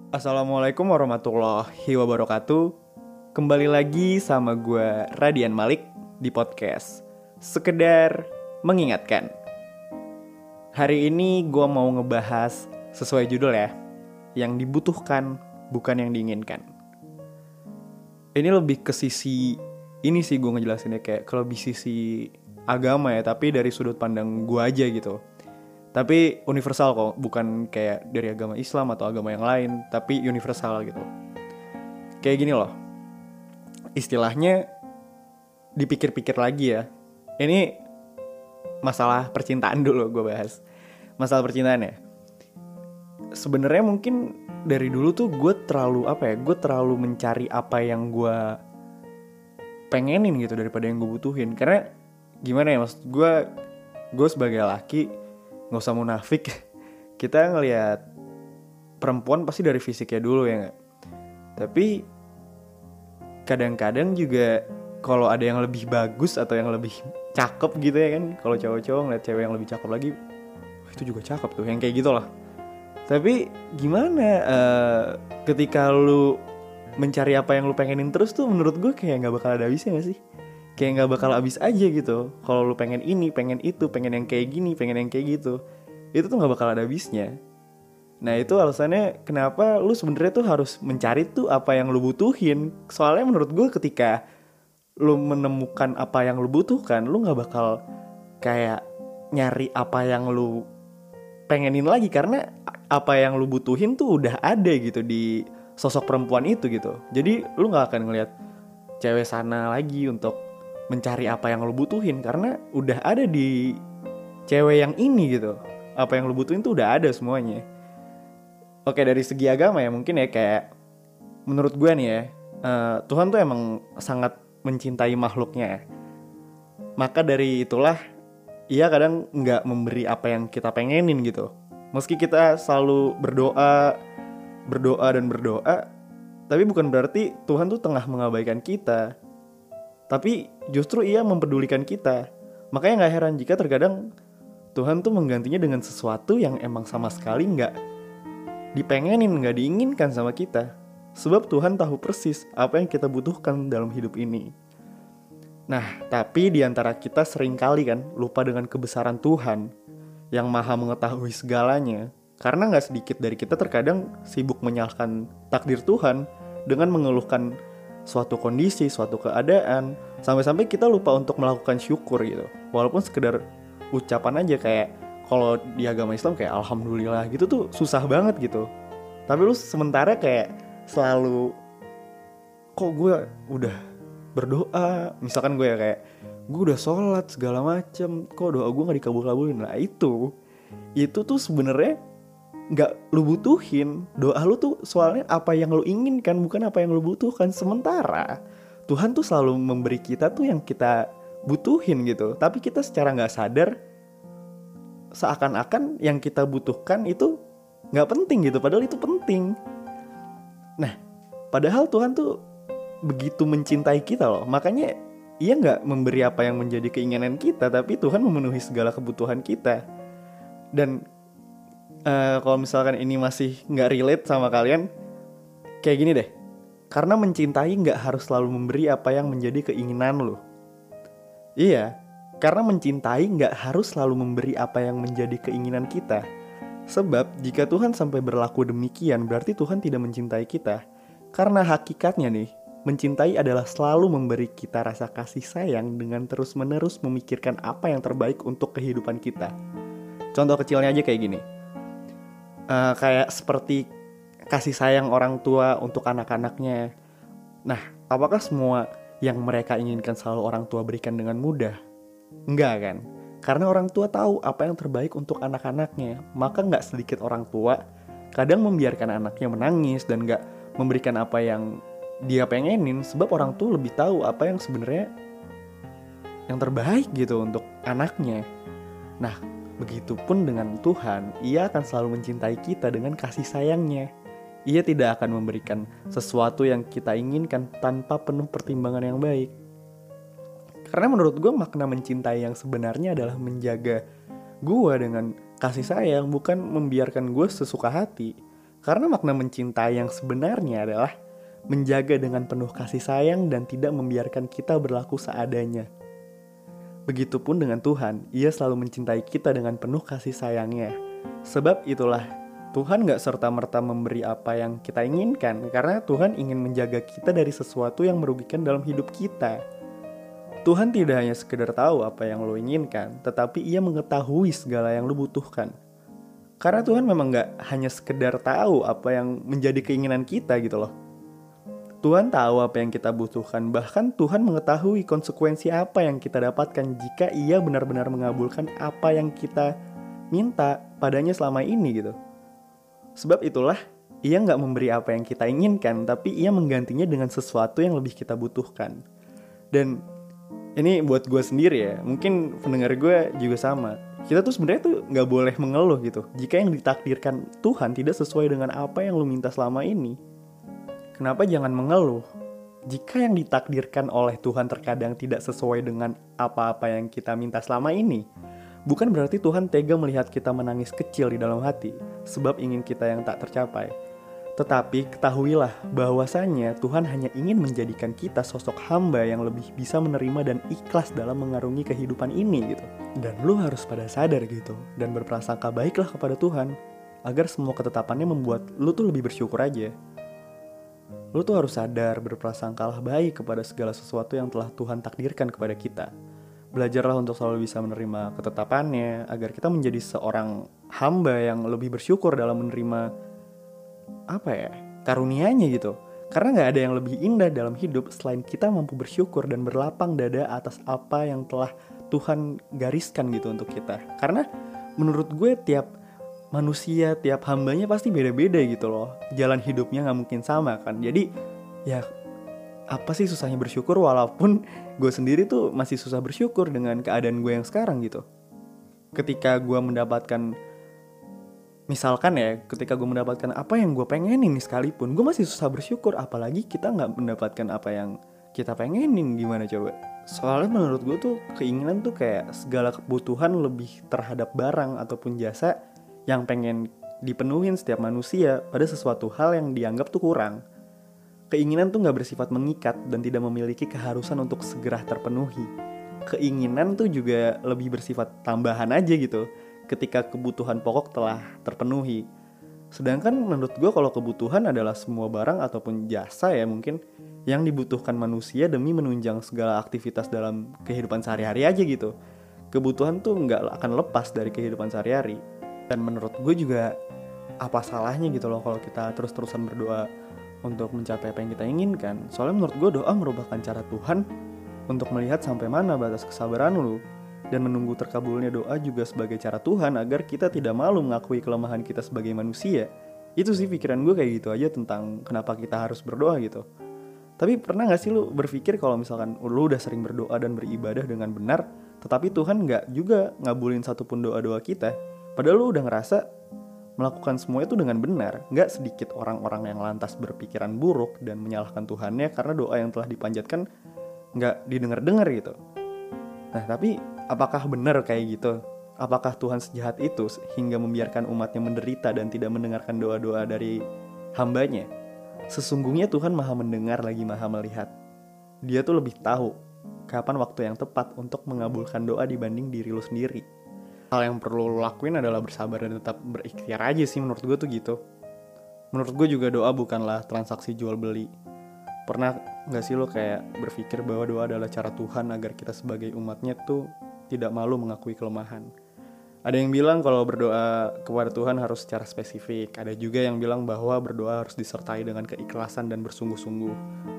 Assalamualaikum warahmatullahi wabarakatuh. Kembali lagi sama gue Radian Malik di podcast Sekedar Mengingatkan. Hari ini gue mau ngebahas sesuai judul ya, yang dibutuhkan bukan yang diinginkan. Ini lebih ke sisi ini sih gue ngejelasinnya, kayak ke lebih sisi agama ya, tapi dari sudut pandang gue aja gitu. Tapi universal kok, bukan kayak dari agama Islam atau agama yang lain, tapi universal gitu. Kayak gini loh, istilahnya dipikir-pikir lagi ya. Ini masalah percintaan dulu gue bahas. Masalah percintaan ya. Sebenarnya mungkin dari dulu tuh gue terlalu mencari apa yang gue pengenin gitu daripada yang gue butuhin. Karena gimana ya, maksud gue sebagai laki, nggak usah munafik, kita ngelihat perempuan pasti dari fisiknya dulu ya nggak. Tapi kadang-kadang juga kalau ada yang lebih bagus atau yang lebih cakep gitu ya kan, kalau cowok-cowok ngeliat cewek yang lebih cakep lagi, wah, itu juga cakep tuh, yang kayak gitu lah. Tapi gimana ketika lu mencari apa yang lu pengenin terus tuh, menurut gue kayak nggak bakal ada habisnya nggak sih? Kayak nggak bakal habis aja gitu. Kalau lu pengen ini, pengen itu, pengen yang kayak gini, pengen yang kayak gitu, itu tuh nggak bakal ada habisnya. Nah itu alasannya kenapa lu sebenarnya tuh harus mencari tuh apa yang lu butuhin. Soalnya menurut gue ketika lu menemukan apa yang lu butuhkan, lu nggak bakal kayak nyari apa yang lu pengenin lagi, karena apa yang lu butuhin tuh udah ada gitu di sosok perempuan itu gitu. Jadi lu nggak akan ngelihat cewek sana lagi untuk mencari apa yang lu butuhin, karena udah ada di cewek yang ini gitu. Apa yang lu butuhin tuh udah ada semuanya. Oke, dari segi agama ya mungkin ya, kayak menurut gue nih ya, Tuhan tuh emang sangat mencintai makhluknya ya. Maka dari itulah ia kadang nggak memberi apa yang kita pengenin gitu. Meski kita selalu berdoa dan berdoa, tapi bukan berarti Tuhan tuh tengah mengabaikan kita. Tapi justru ia mempedulikan kita. Makanya gak heran jika terkadang Tuhan tuh menggantinya dengan sesuatu yang emang sama sekali gak dipengenin, gak diinginkan sama kita. Sebab Tuhan tahu persis apa yang kita butuhkan dalam hidup ini. Nah, tapi diantara kita seringkali kan lupa dengan kebesaran Tuhan yang maha mengetahui segalanya. Karena gak sedikit dari kita terkadang sibuk menyalahkan takdir Tuhan dengan mengeluhkan suatu kondisi, suatu keadaan, sampai-sampai kita lupa untuk melakukan syukur gitu. Walaupun sekedar ucapan aja, kayak kalau di agama Islam kayak alhamdulillah gitu tuh susah banget gitu. Tapi lu sementara kayak selalu, kok gue udah berdoa, misalkan gue ya kayak gue udah sholat segala macem, kok doa gue gak dikabul-kabulin. Nah itu tuh sebenarnya nggak lu butuhin. Doa lu tuh soalnya apa yang lu inginkan, bukan apa yang lu butuhkan. Sementara Tuhan tuh selalu memberi kita tuh yang kita butuhin gitu. Tapi kita secara nggak sadar seakan-akan yang kita butuhkan itu nggak penting gitu, padahal itu penting. Nah, padahal Tuhan tuh begitu mencintai kita loh. Makanya ia nggak memberi apa yang menjadi keinginan kita, tapi Tuhan memenuhi segala kebutuhan kita. Dan kalau misalkan ini masih nggak relate sama kalian, kayak gini deh. Karena mencintai nggak harus selalu memberi apa yang menjadi keinginan lo. Iya, karena mencintai nggak harus selalu memberi apa yang menjadi keinginan kita. Sebab jika Tuhan sampai berlaku demikian, berarti Tuhan tidak mencintai kita. Karena hakikatnya nih, mencintai adalah selalu memberi kita rasa kasih sayang dengan terus-menerus memikirkan apa yang terbaik untuk kehidupan kita. Contoh kecilnya aja kayak gini. Kayak seperti kasih sayang orang tua untuk anak-anaknya. Nah, apakah semua yang mereka inginkan selalu orang tua berikan dengan mudah? Enggak kan? Karena orang tua tahu apa yang terbaik untuk anak-anaknya. Maka gak sedikit orang tua kadang membiarkan anaknya menangis dan gak memberikan apa yang dia pengenin, sebab orang tua lebih tahu apa yang sebenarnya yang terbaik gitu untuk anaknya. Nah, begitupun dengan Tuhan, ia akan selalu mencintai kita dengan kasih sayangnya. Ia tidak akan memberikan sesuatu yang kita inginkan tanpa penuh pertimbangan yang baik. Karena menurut gue makna mencintai yang sebenarnya adalah menjaga gue dengan kasih sayang, bukan membiarkan gue sesuka hati. Karena makna mencintai yang sebenarnya adalah menjaga dengan penuh kasih sayang dan tidak membiarkan kita berlaku seadanya. Begitupun dengan Tuhan, Ia selalu mencintai kita dengan penuh kasih sayangnya. Sebab itulah, Tuhan gak serta-merta memberi apa yang kita inginkan, karena Tuhan ingin menjaga kita dari sesuatu yang merugikan dalam hidup kita. Tuhan tidak hanya sekedar tahu apa yang lo inginkan, tetapi Ia mengetahui segala yang lo butuhkan. Karena Tuhan memang gak hanya sekedar tahu apa yang menjadi keinginan kita gitu loh. Tuhan tahu apa yang kita butuhkan, bahkan Tuhan mengetahui konsekuensi apa yang kita dapatkan jika Ia benar-benar mengabulkan apa yang kita minta padanya selama ini gitu. Sebab itulah, Ia gak memberi apa yang kita inginkan, tapi Ia menggantinya dengan sesuatu yang lebih kita butuhkan. Dan ini buat gue sendiri ya, mungkin pendengar gue juga sama. Kita tuh sebenarnya tuh gak boleh mengeluh gitu jika yang ditakdirkan Tuhan tidak sesuai dengan apa yang lu minta selama ini. Kenapa jangan mengeluh? Jika yang ditakdirkan oleh Tuhan terkadang tidak sesuai dengan apa-apa yang kita minta selama ini, bukan berarti Tuhan tega melihat kita menangis kecil di dalam hati sebab ingin kita yang tak tercapai. Tetapi ketahuilah bahwasannya Tuhan hanya ingin menjadikan kita sosok hamba yang lebih bisa menerima dan ikhlas dalam mengarungi kehidupan ini gitu. Dan lu harus pada sadar gitu dan berprasangka baiklah kepada Tuhan agar semua ketetapannya membuat lu tuh lebih bersyukur aja. Lu tuh harus sadar berprasangkalah baik kepada segala sesuatu yang telah Tuhan takdirkan kepada kita. Belajarlah untuk selalu bisa menerima ketetapannya agar kita menjadi seorang hamba yang lebih bersyukur dalam menerima karunia-Nya gitu. Karena gak ada yang lebih indah dalam hidup selain kita mampu bersyukur dan berlapang dada atas apa yang telah Tuhan gariskan gitu untuk kita. Karena menurut gue tiap manusia, tiap hambanya pasti beda-beda gitu loh. Jalan hidupnya gak mungkin sama kan. Jadi ya apa sih susahnya bersyukur, walaupun gue sendiri tuh masih susah bersyukur dengan keadaan gue yang sekarang gitu. Ketika gue mendapatkan, misalkan ya, ketika gue mendapatkan apa yang gue pengenin nih sekalipun, gue masih susah bersyukur. Apalagi kita gak mendapatkan apa yang kita pengenin, gimana coba? Soalnya menurut gue tuh keinginan tuh kayak segala kebutuhan lebih terhadap barang ataupun jasa yang pengen dipenuhin setiap manusia pada sesuatu hal yang dianggap tuh kurang. Keinginan tuh gak bersifat mengikat dan tidak memiliki keharusan untuk segera terpenuhi. Keinginan tuh juga lebih bersifat tambahan aja gitu ketika kebutuhan pokok telah terpenuhi. Sedangkan menurut gue kalau kebutuhan adalah semua barang ataupun jasa ya mungkin yang dibutuhkan manusia demi menunjang segala aktivitas dalam kehidupan sehari-hari aja gitu. Kebutuhan tuh gak akan lepas dari kehidupan sehari-hari. Dan menurut gue juga apa salahnya gitu loh kalau kita terus-terusan berdoa untuk mencapai apa yang kita inginkan. Soalnya menurut gue doa merupakan cara Tuhan untuk melihat sampai mana batas kesabaran lu. Dan menunggu terkabulnya doa juga sebagai cara Tuhan agar kita tidak malu mengakui kelemahan kita sebagai manusia. Itu sih pikiran gue kayak gitu aja tentang kenapa kita harus berdoa gitu. Tapi pernah gak sih lu berpikir kalau misalkan lu udah sering berdoa dan beribadah dengan benar, tetapi Tuhan gak juga ngabulin satupun doa-doa kita, padahal lu udah ngerasa melakukan semua itu dengan benar. Gak sedikit orang-orang yang lantas berpikiran buruk dan menyalahkan Tuhannya karena doa yang telah dipanjatkan gak didengar-dengar gitu. Nah tapi apakah benar kayak gitu? Apakah Tuhan sejahat itu hingga membiarkan umatnya menderita dan tidak mendengarkan doa-doa dari hambanya? Sesungguhnya Tuhan maha mendengar lagi maha melihat. Dia tuh lebih tahu kapan waktu yang tepat untuk mengabulkan doa dibanding diri lu sendiri. Hal yang perlu lo lakuin adalah bersabar dan tetap berikhtiar aja sih, menurut gue tuh gitu. Menurut gue juga doa bukanlah transaksi jual beli. Pernah gak sih lo kayak berpikir bahwa doa adalah cara Tuhan agar kita sebagai umatnya tuh tidak malu mengakui kelemahan? Ada yang bilang kalau berdoa kepada Tuhan harus secara spesifik. Ada juga yang bilang bahwa berdoa harus disertai dengan keikhlasan dan bersungguh-sungguh.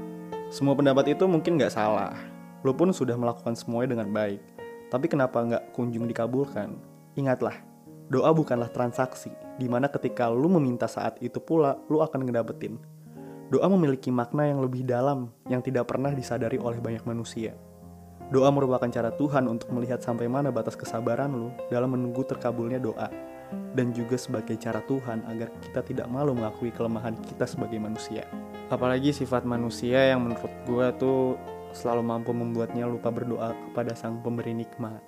Semua pendapat itu mungkin gak salah. Lo pun sudah melakukan semuanya dengan baik. Tapi kenapa gak kunjung dikabulkan? Ingatlah, doa bukanlah transaksi, dimana ketika lu meminta saat itu pula, lu akan ngedapetin. Doa memiliki makna yang lebih dalam, yang tidak pernah disadari oleh banyak manusia. Doa merupakan cara Tuhan untuk melihat sampai mana batas kesabaran lu dalam menunggu terkabulnya doa. Dan juga sebagai cara Tuhan agar kita tidak malu mengakui kelemahan kita sebagai manusia. Apalagi sifat manusia yang menurut gue tuh selalu mampu membuatnya lupa berdoa kepada Sang Pemberi nikmat.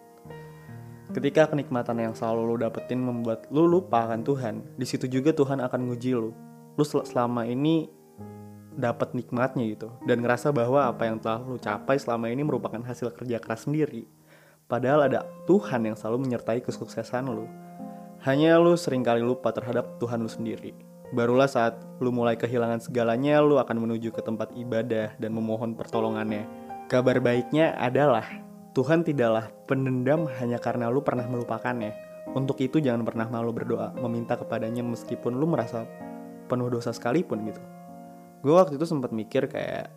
Ketika kenikmatan yang selalu lu dapetin membuat lu lupa akan Tuhan, di situ juga Tuhan akan nguji lu. lu selama ini dapat nikmatnya gitu, dan ngerasa bahwa apa yang telah lu capai selama ini merupakan hasil kerja keras sendiri. Padahal ada Tuhan yang selalu menyertai kesuksesan lu. Hanya lu seringkali lupa terhadap Tuhan lu sendiri. Barulah saat lu mulai kehilangan segalanya, lu akan menuju ke tempat ibadah dan memohon pertolongannya. Kabar baiknya adalah Tuhan tidaklah pendendam hanya karena lu pernah melupakannya. Untuk itu jangan pernah malu berdoa, meminta kepadanya meskipun lu merasa penuh dosa sekalipun gitu. Gue waktu itu sempat mikir kayak,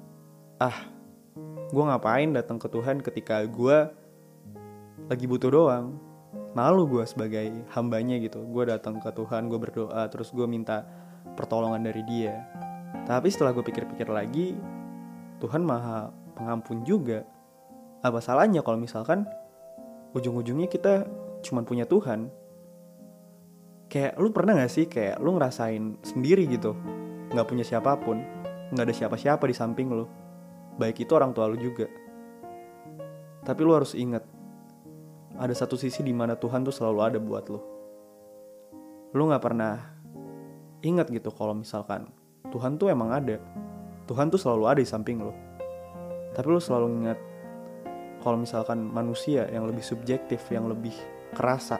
gue ngapain datang ke Tuhan ketika gue lagi butuh doang. Malu gue sebagai hambanya gitu. Gue datang ke Tuhan, gue berdoa, terus gue minta pertolongan dari dia. Tapi setelah gue pikir-pikir lagi, Tuhan maha pengampun juga. Apa salahnya kalau misalkan ujung-ujungnya kita cuma punya Tuhan? Kayak lu pernah gak sih kayak lu ngerasain sendiri gitu, gak punya siapapun, gak ada siapa-siapa di samping lu, baik itu orang tua lu juga. Tapi lu harus ingat, ada satu sisi di mana Tuhan tuh selalu ada buat lu. Lu gak pernah ingat gitu kalau misalkan Tuhan tuh emang ada. Tuhan tuh selalu ada di samping lu. Tapi lu selalu ingat kalau misalkan manusia yang lebih subjektif, yang lebih kerasa.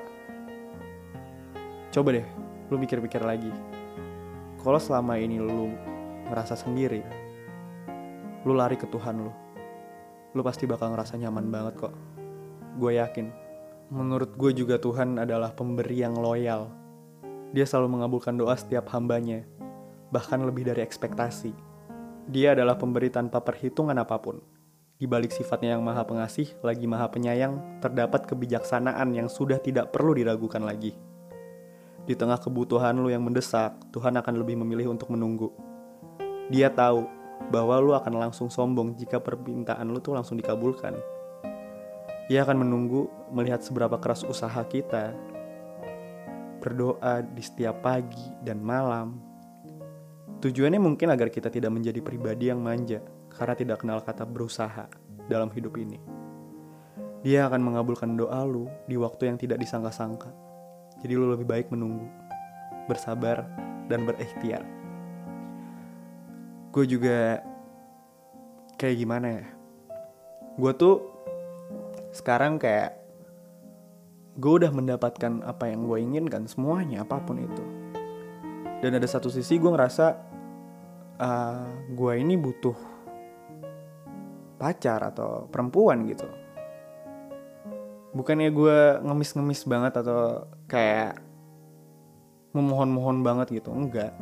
Coba deh lu pikir-pikir lagi. Kalau selama ini lu ngerasa sendiri, lu lari ke Tuhan lu pasti bakal ngerasa nyaman banget kok. Gue yakin. Menurut gue juga Tuhan adalah pemberi yang loyal. Dia selalu mengabulkan doa setiap hambanya, bahkan lebih dari ekspektasi. Dia adalah pemberi tanpa perhitungan apapun. Di balik sifatnya yang maha pengasih, lagi maha penyayang, terdapat kebijaksanaan yang sudah tidak perlu diragukan lagi. Di tengah kebutuhan lu yang mendesak, Tuhan akan lebih memilih untuk menunggu. Dia tahu bahwa lu akan langsung sombong jika permintaan lu tuh langsung dikabulkan. Dia akan menunggu melihat seberapa keras usaha kita berdoa di setiap pagi dan malam. Tujuannya mungkin agar kita tidak menjadi pribadi yang manja karena tidak kenal kata berusaha dalam hidup ini. Dia akan mengabulkan doa lu di waktu yang tidak disangka-sangka. Jadi lu lebih baik menunggu, bersabar, dan berikhtiar. Gue juga kayak gimana ya? Gue tuh sekarang kayak gue udah mendapatkan apa yang gue inginkan, semuanya, apapun itu. Dan ada satu sisi gue ngerasa gue ini butuh pacar atau perempuan gitu. Bukannya gue ngemis-ngemis banget atau kayak memohon-mohon banget gitu, enggak.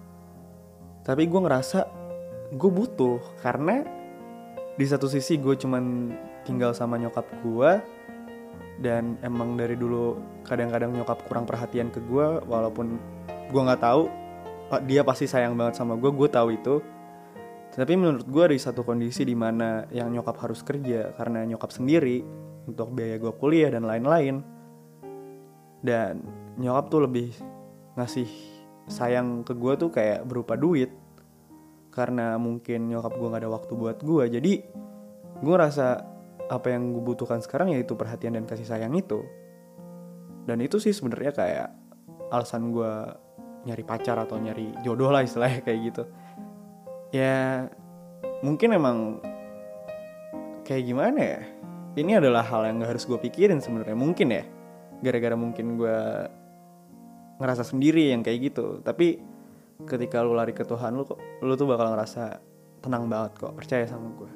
Tapi gue ngerasa gue butuh, karena di satu sisi gue cuman tinggal sama nyokap gue, dan emang dari dulu kadang-kadang nyokap kurang perhatian ke gue, walaupun gue nggak tahu dia pasti sayang banget sama gue tahu itu. Tapi menurut gue ada satu kondisi di mana yang nyokap harus kerja karena nyokap sendiri untuk biaya gue kuliah dan lain-lain. Dan nyokap tuh lebih ngasih sayang ke gue tuh kayak berupa duit, karena mungkin nyokap gue gak ada waktu buat gue. Jadi gue ngerasa apa yang gue butuhkan sekarang yaitu perhatian dan kasih sayang itu. Dan itu sih sebenarnya kayak alasan gue nyari pacar atau nyari jodoh lah istilahnya kayak gitu. Ya mungkin emang kayak gimana ya, ini adalah hal yang gak harus gue pikirin sebenarnya. Mungkin ya gara-gara mungkin gue ngerasa sendiri yang kayak gitu. Tapi ketika lu lari ke Tuhan, lu tuh bakal ngerasa tenang banget kok, percaya sama gue.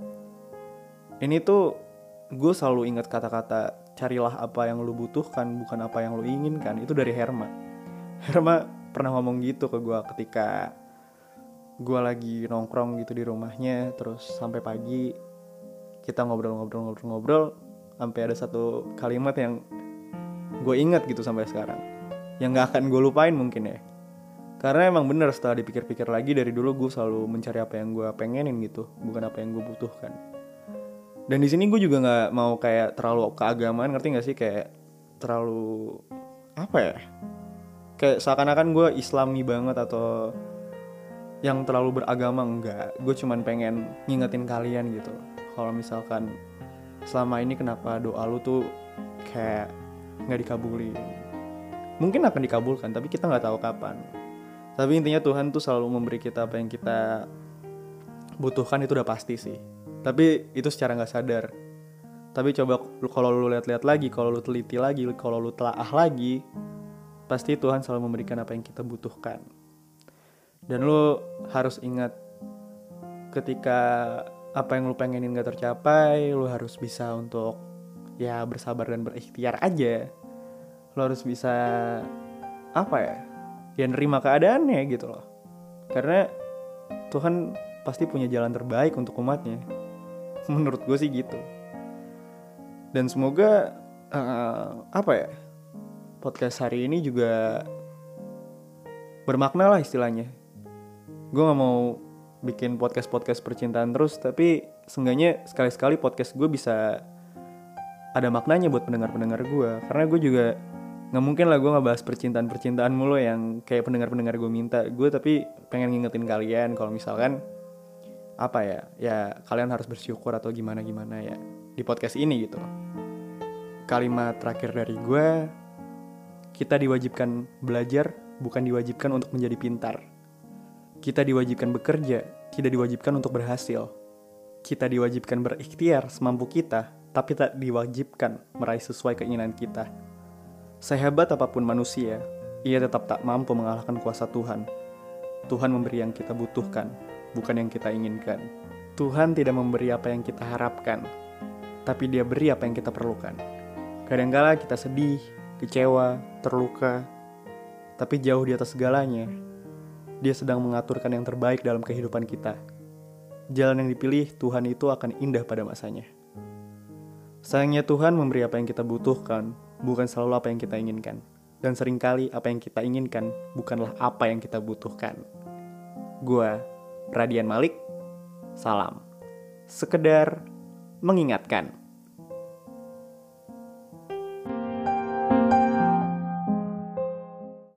Ini tuh gue selalu ingat kata-kata carilah apa yang lu butuhkan, bukan apa yang lu inginkan. Itu dari Herma pernah ngomong gitu ke gue ketika gue lagi nongkrong gitu di rumahnya. Terus sampai pagi kita ngobrol sampai ada satu kalimat yang gue ingat gitu sampai sekarang, yang gak akan gue lupain mungkin ya. Karena emang bener setelah dipikir-pikir lagi, dari dulu gue selalu mencari apa yang gue pengenin gitu, bukan apa yang gue butuhkan. Dan di sini gue juga nggak mau kayak terlalu keagamaan, ngerti nggak sih, kayak terlalu apa ya, kayak seakan-akan gue Islami banget atau yang terlalu beragama. Enggak, gue cuman pengen ngingetin kalian gitu, kalau misalkan selama ini kenapa doa lu tuh kayak nggak dikabulin. Mungkin akan dikabulkan, tapi kita nggak tahu kapan. Tapi intinya Tuhan tuh selalu memberi kita apa yang kita butuhkan, itu udah pasti sih. Tapi itu secara gak sadar. Tapi coba kalau lu lihat-lihat lagi, kalau lu teliti lagi, kalau lu telaah lagi, pasti Tuhan selalu memberikan apa yang kita butuhkan. Dan lu harus ingat, ketika apa yang lu pengenin gak tercapai, lu harus bisa untuk ya bersabar dan berikhtiar aja. Lu harus bisa ya nerima keadaannya gitu loh. Karena Tuhan pasti punya jalan terbaik untuk umatnya. Menurut gue sih gitu. Dan semoga podcast hari ini juga bermakna lah istilahnya. Gue gak mau bikin podcast percintaan terus, tapi seenggaknya sekali-sekali podcast gue bisa ada maknanya buat pendengar-pendengar gue. Karena gue juga gak mungkin lah gue ngebahas percintaan mulu yang kayak pendengar-pendengar gue minta. Gue tapi pengen ngingetin kalian kalau misalkan ya kalian harus bersyukur atau gimana ya di podcast ini gitu. Kalimat terakhir dari gue, kita diwajibkan belajar, bukan diwajibkan untuk menjadi pintar. Kita diwajibkan bekerja, tidak diwajibkan untuk berhasil. Kita diwajibkan berikhtiar semampu kita, tapi tak diwajibkan meraih sesuai keinginan kita. Sehebat apapun manusia, ia tetap tak mampu mengalahkan kuasa Tuhan. Tuhan memberi yang kita butuhkan, bukan yang kita inginkan. Tuhan tidak memberi apa yang kita harapkan, tapi Dia beri apa yang kita perlukan. Kadangkala kita sedih, kecewa, terluka, tapi jauh di atas segalanya, Dia sedang mengaturkan yang terbaik dalam kehidupan kita. Jalan yang dipilih Tuhan itu akan indah pada masanya. Sayangnya Tuhan memberi apa yang kita butuhkan, bukan selalu apa yang kita inginkan. Dan seringkali apa yang kita inginkan bukanlah apa yang kita butuhkan. Gua, Radian Malik, salam. Sekedar mengingatkan.